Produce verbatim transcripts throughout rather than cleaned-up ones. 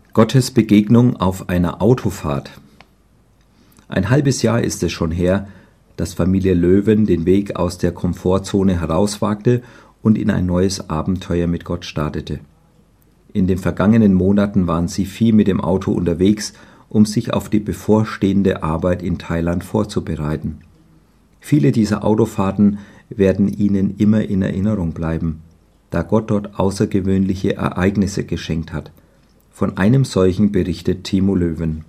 Gottes Begegnung auf einer Autofahrt. Ein halbes Jahr ist es schon her, dass Familie Löwen den Weg aus der Komfortzone herauswagte und in ein neues Abenteuer mit Gott startete. In den vergangenen Monaten waren sie viel mit dem Auto unterwegs, um sich auf die bevorstehende Arbeit in Thailand vorzubereiten. Viele dieser Autofahrten werden ihnen immer in Erinnerung bleiben, da Gott dort außergewöhnliche Ereignisse geschenkt hat. Von einem solchen berichtet Timo Löwen.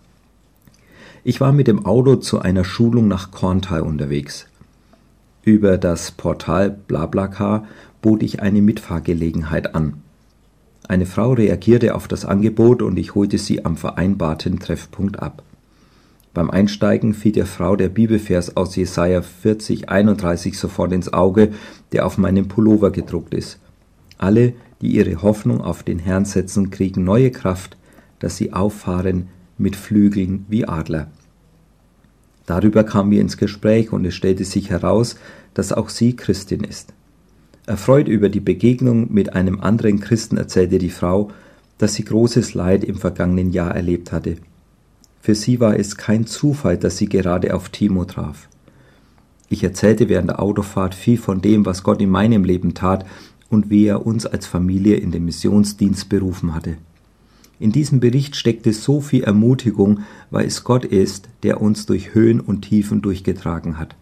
Ich war mit dem Auto zu einer Schulung nach Korntal unterwegs. Über das Portal BlaBlaCar bot ich eine Mitfahrgelegenheit an. Eine Frau reagierte auf das Angebot und ich holte sie am vereinbarten Treffpunkt ab. Beim Einsteigen fiel der Frau der Bibelvers aus Jesaja vierzig, einunddreißig sofort ins Auge, der auf meinem Pullover gedruckt ist. Alle, die ihre Hoffnung auf den Herrn setzen, kriegen neue Kraft, dass sie auffahren mit Flügeln wie Adler. Darüber kamen wir ins Gespräch und es stellte sich heraus, dass auch sie Christin ist. Erfreut über die Begegnung mit einem anderen Christen erzählte die Frau, dass sie großes Leid im vergangenen Jahr erlebt hatte. Für sie war es kein Zufall, dass sie gerade auf Timo traf. Ich erzählte während der Autofahrt viel von dem, was Gott in meinem Leben tat und wie er uns als Familie in den Missionsdienst berufen hatte. In diesem Bericht steckte so viel Ermutigung, weil es Gott ist, der uns durch Höhen und Tiefen durchgetragen hat.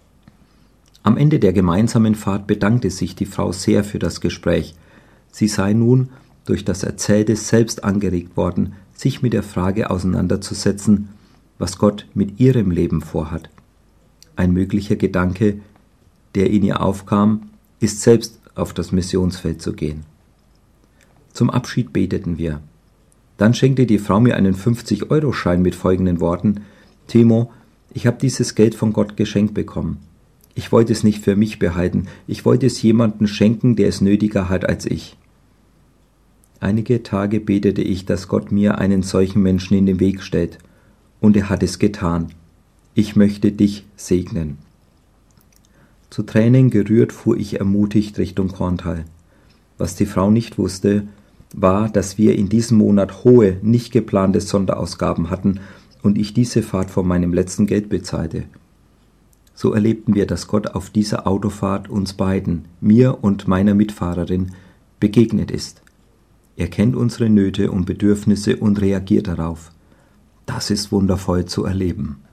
Am Ende der gemeinsamen Fahrt bedankte sich die Frau sehr für das Gespräch. Sie sei nun durch das Erzählte selbst angeregt worden, sich mit der Frage auseinanderzusetzen, was Gott mit ihrem Leben vorhat. Ein möglicher Gedanke, der in ihr aufkam, ist selbst auf das Missionsfeld zu gehen. Zum Abschied beteten wir. Dann schenkte die Frau mir einen fünfzig-Euro-Schein mit folgenden Worten: Timo, ich habe dieses Geld von Gott geschenkt bekommen. Ich wollte es nicht für mich behalten, ich wollte es jemandem schenken, der es nötiger hat als ich. Einige Tage betete ich, dass Gott mir einen solchen Menschen in den Weg stellt, und er hat es getan. Ich möchte dich segnen. Zu Tränen gerührt fuhr ich ermutigt Richtung Korntal. Was die Frau nicht wusste, war, dass wir in diesem Monat hohe, nicht geplante Sonderausgaben hatten und ich diese Fahrt von meinem letzten Geld bezahlte. So erlebten wir, dass Gott auf dieser Autofahrt uns beiden, mir und meiner Mitfahrerin, begegnet ist. Er kennt unsere Nöte und Bedürfnisse und reagiert darauf. Das ist wundervoll zu erleben.